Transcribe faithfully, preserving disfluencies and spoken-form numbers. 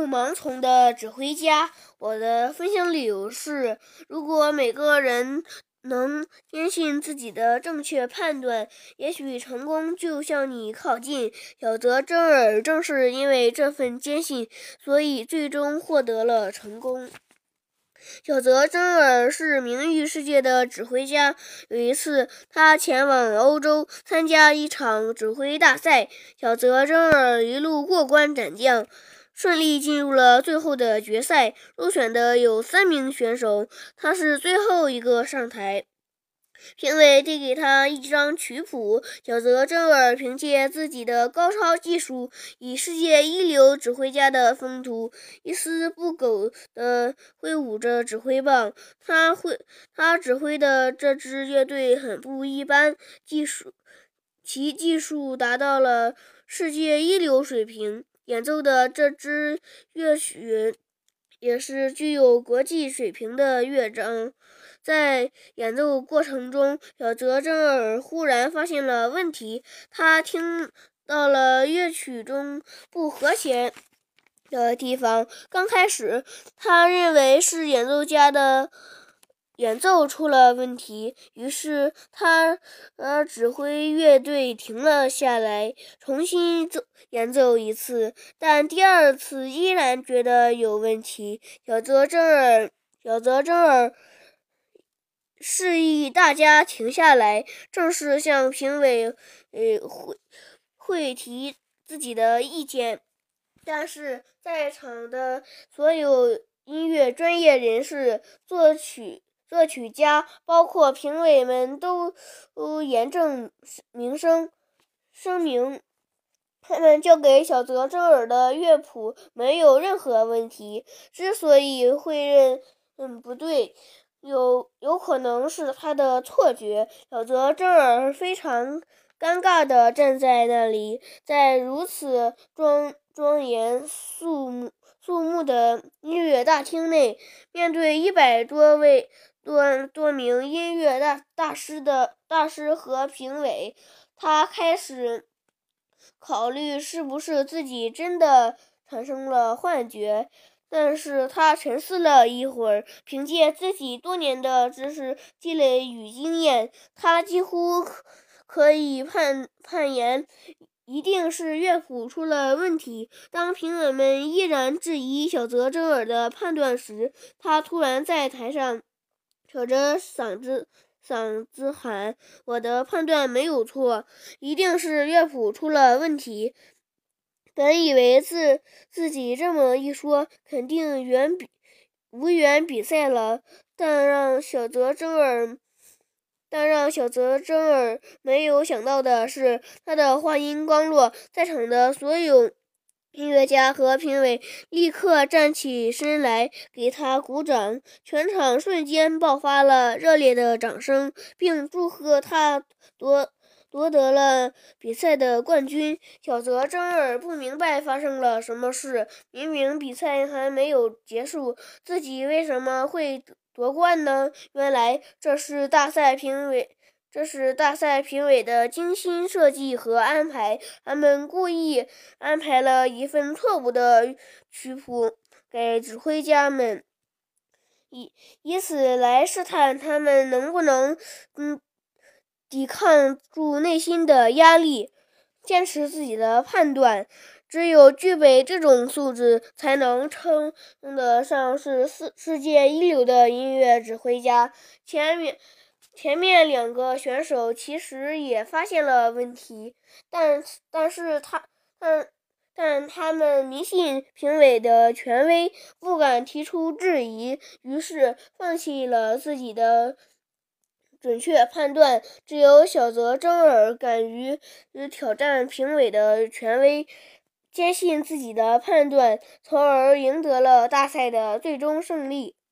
盲从的指挥家。我的分享理由是，如果每个人能坚信自己的正确判断，也许成功就向你靠近。小泽征尔正是因为这份坚信，所以最终获得了成功。小泽征尔是名誉世界的指挥家。有一次，他前往欧洲参加一场指挥大赛，小泽征尔一路过关斩将，顺利进入了最后的决赛。入选的有三名选手，他是最后一个上台。评委递给他一张曲谱，小泽征尔凭借自己的高超技术，以世界一流指挥家的风度，一丝不苟地挥舞着指挥棒。他会，他指挥的这支乐队很不一般，技术，其技术达到了世界一流水平，演奏的这支乐曲也是具有国际水平的乐章。在演奏过程中，小泽征尔忽然发现了问题，他听到了乐曲中不和谐的地方。刚开始，他认为是演奏家的演奏出了问题，于是他呃指挥乐队停了下来，重新演奏一次，但第二次依然觉得有问题。小泽征尔，小泽征尔示意大家停下来，正式向评委呃会会提自己的意见。但是在场的所有音乐专业人士、作曲作曲家，包括评委们都都严正名声声明，他们交给小泽征尔的乐谱没有任何问题。之所以会认嗯不对，有有可能是他的错觉。小泽征尔非常尴尬地站在那里，在如此庄庄严肃穆肃穆的音乐大厅内，面对一百多位多多名音乐大大师的大师和评委，他开始考虑是不是自己真的产生了幻觉。但是他沉思了一会儿，凭借自己多年的知识积累与经验，他几乎可以判判言一定是乐谱出了问题。当评委们依然质疑小泽征尔的判断时，他突然在台上扯着嗓子嗓子喊：“我的判断没有错，一定是乐谱出了问题。”本以为自自己这么一说，肯定远比无缘比赛了，但让小泽征尔但让小泽征尔没有想到的是，他的话音刚落，在场的所有音乐家和评委立刻站起身来给他鼓掌，全场瞬间爆发了热烈的掌声，并祝贺他夺夺得了比赛的冠军。小泽征尔不明白发生了什么事，明明比赛还没有结束，自己为什么会夺冠呢？原来这是大赛评委这是大赛评委的精心设计和安排，他们故意安排了一份错误的曲谱给指挥家们，以以此来试探他们能不能嗯抵抗住内心的压力，坚持自己的判断。只有具备这种素质，才能称得上是世世界一流的音乐指挥家。前面前面两个选手其实也发现了问题，但但是他但但他们迷信评委的权威，不敢提出质疑，于是放弃了自己的准确判断。只有小泽征尔敢于挑战评委的权威，坚信自己的判断，从而赢得了大赛的最终胜利。